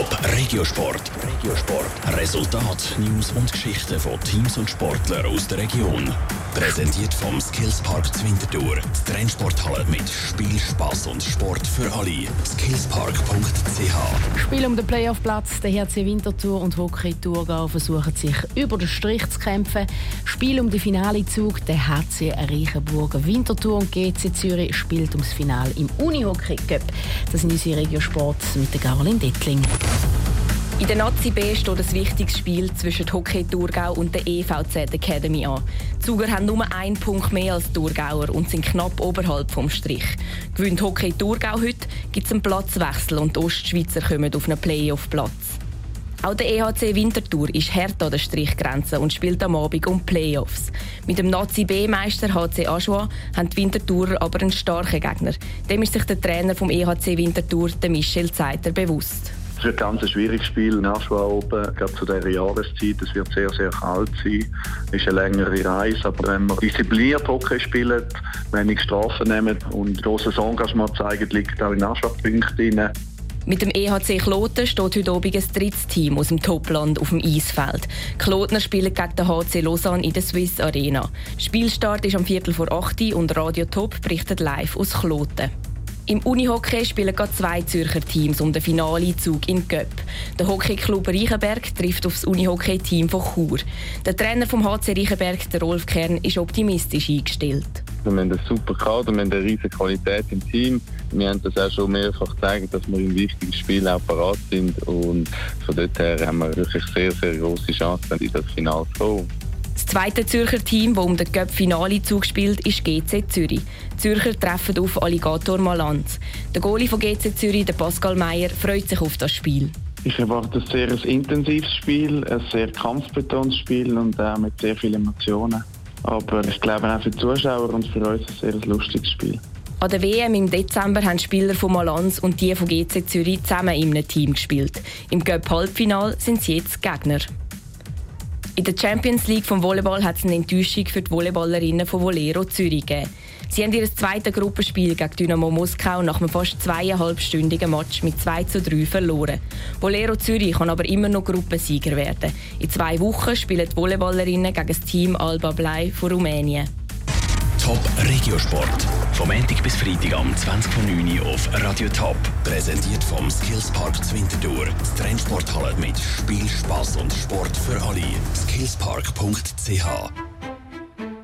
Top Regiosport. Resultat, News und Geschichten von Teams und Sportlern aus der Region. Präsentiert vom Skillspark Zwintertour. Die Trennsporthalle mit Spiel, Spass und Sport für alle. Skillspark.ch. Spiel um den Playoff-Platz. Der HC Winterthur und Hockey Thurgau versuchen sich über den Strich zu kämpfen. Spiel um den Finalezug. Der HC Reichenburg Winterthur und GC Zürich spielt ums Finale im Unihockey Cup. Das sind unsere Regiosport mit der Caroline Dettling. In der Nazi B steht ein wichtiges Spiel zwischen Hockey Thurgau und der EVZ Academy an. Die Zuger haben nur einen Punkt mehr als die Thurgauer und sind knapp oberhalb vom Strich. Gewinnt Hockey Thurgau heute, gibt es einen Platzwechsel und die Ostschweizer kommen auf einen Playoff-Platz. Auch der EHC Winterthur ist hart an der Strichgrenze und spielt am Abend um Playoffs. Mit dem Nazi B-Meister HC Ajoie haben die Winterthurer aber einen starken Gegner. Dem ist sich der Trainer vom EHC Winterthur, der Michel Zeiter, bewusst. Es wird ein ganz schwieriges Spiel in Ajoie oben, gerade zu dieser Jahreszeit. Es wird sehr, sehr kalt sein. Es ist eine längere Reise. Aber wenn wir diszipliniert Hockey spielen, wenig Strafen nehmen und grosses Engagement zeigen, liegt auch in Ajoie Punkte drin. Mit dem EHC Kloten steht heute Abend ein drittes Team aus dem Topland auf dem Eisfeld. Die Klotner spielen gegen den HC Lausanne in der Swiss Arena. Spielstart ist am 7:45 und Radio Top berichtet live aus Kloten. Im Unihockey spielen gerade 2 Zürcher Teams um den Finaleinzug in Göpp. Der Hockeyclub Reichenberg trifft auf das Unihockey-Team von Chur. Der Trainer vom HC Reichenberg, der Rolf Kern, ist optimistisch eingestellt. Wir haben eine super Kader, wir haben eine riesige Qualität im Team. Wir haben das auch schon mehrfach gezeigt, dass wir in wichtigen Spielen auch parat sind. Und von dort her haben wir wirklich sehr, sehr grosse Chancen, in das Finale zu kommen. Das zweite Zürcher Team, das um den Cup-Finale-Zug spielt, ist GC Zürich. Die Zürcher treffen auf Alligator Malanz. Der Goalie von GC Zürich, der Pascal Meyer, freut sich auf das Spiel. Ich erwarte ein sehr intensives Spiel, ein sehr kampfbetontes Spiel und mit sehr vielen Emotionen. Aber ich glaube auch für die Zuschauer und für uns ein sehr lustiges Spiel. An der WM im Dezember haben Spieler von Malanz und die von GC Zürich zusammen in einem Team gespielt. Im Cup-Halbfinale sind sie jetzt Gegner. In der Champions League vom Volleyball hat es eine Enttäuschung für die Volleyballerinnen von Volero Zürich gegeben. Sie haben ihr zweites Gruppenspiel gegen Dynamo Moskau nach einem fast 2,5-stündigen Match mit 2:3 verloren. Volero Zürich kann aber immer noch Gruppensieger werden. In 2 Wochen spielen die Volleyballerinnen gegen das Team Alba Blei von Rumänien. Top Regiosport. Vom Montag bis Freitag am 20:09 auf Radio Top. Präsentiert vom Skillspark Zwintertour. Die Trennsporthalle mit Spiel, Spass und Sport für alle. Skillspark.ch.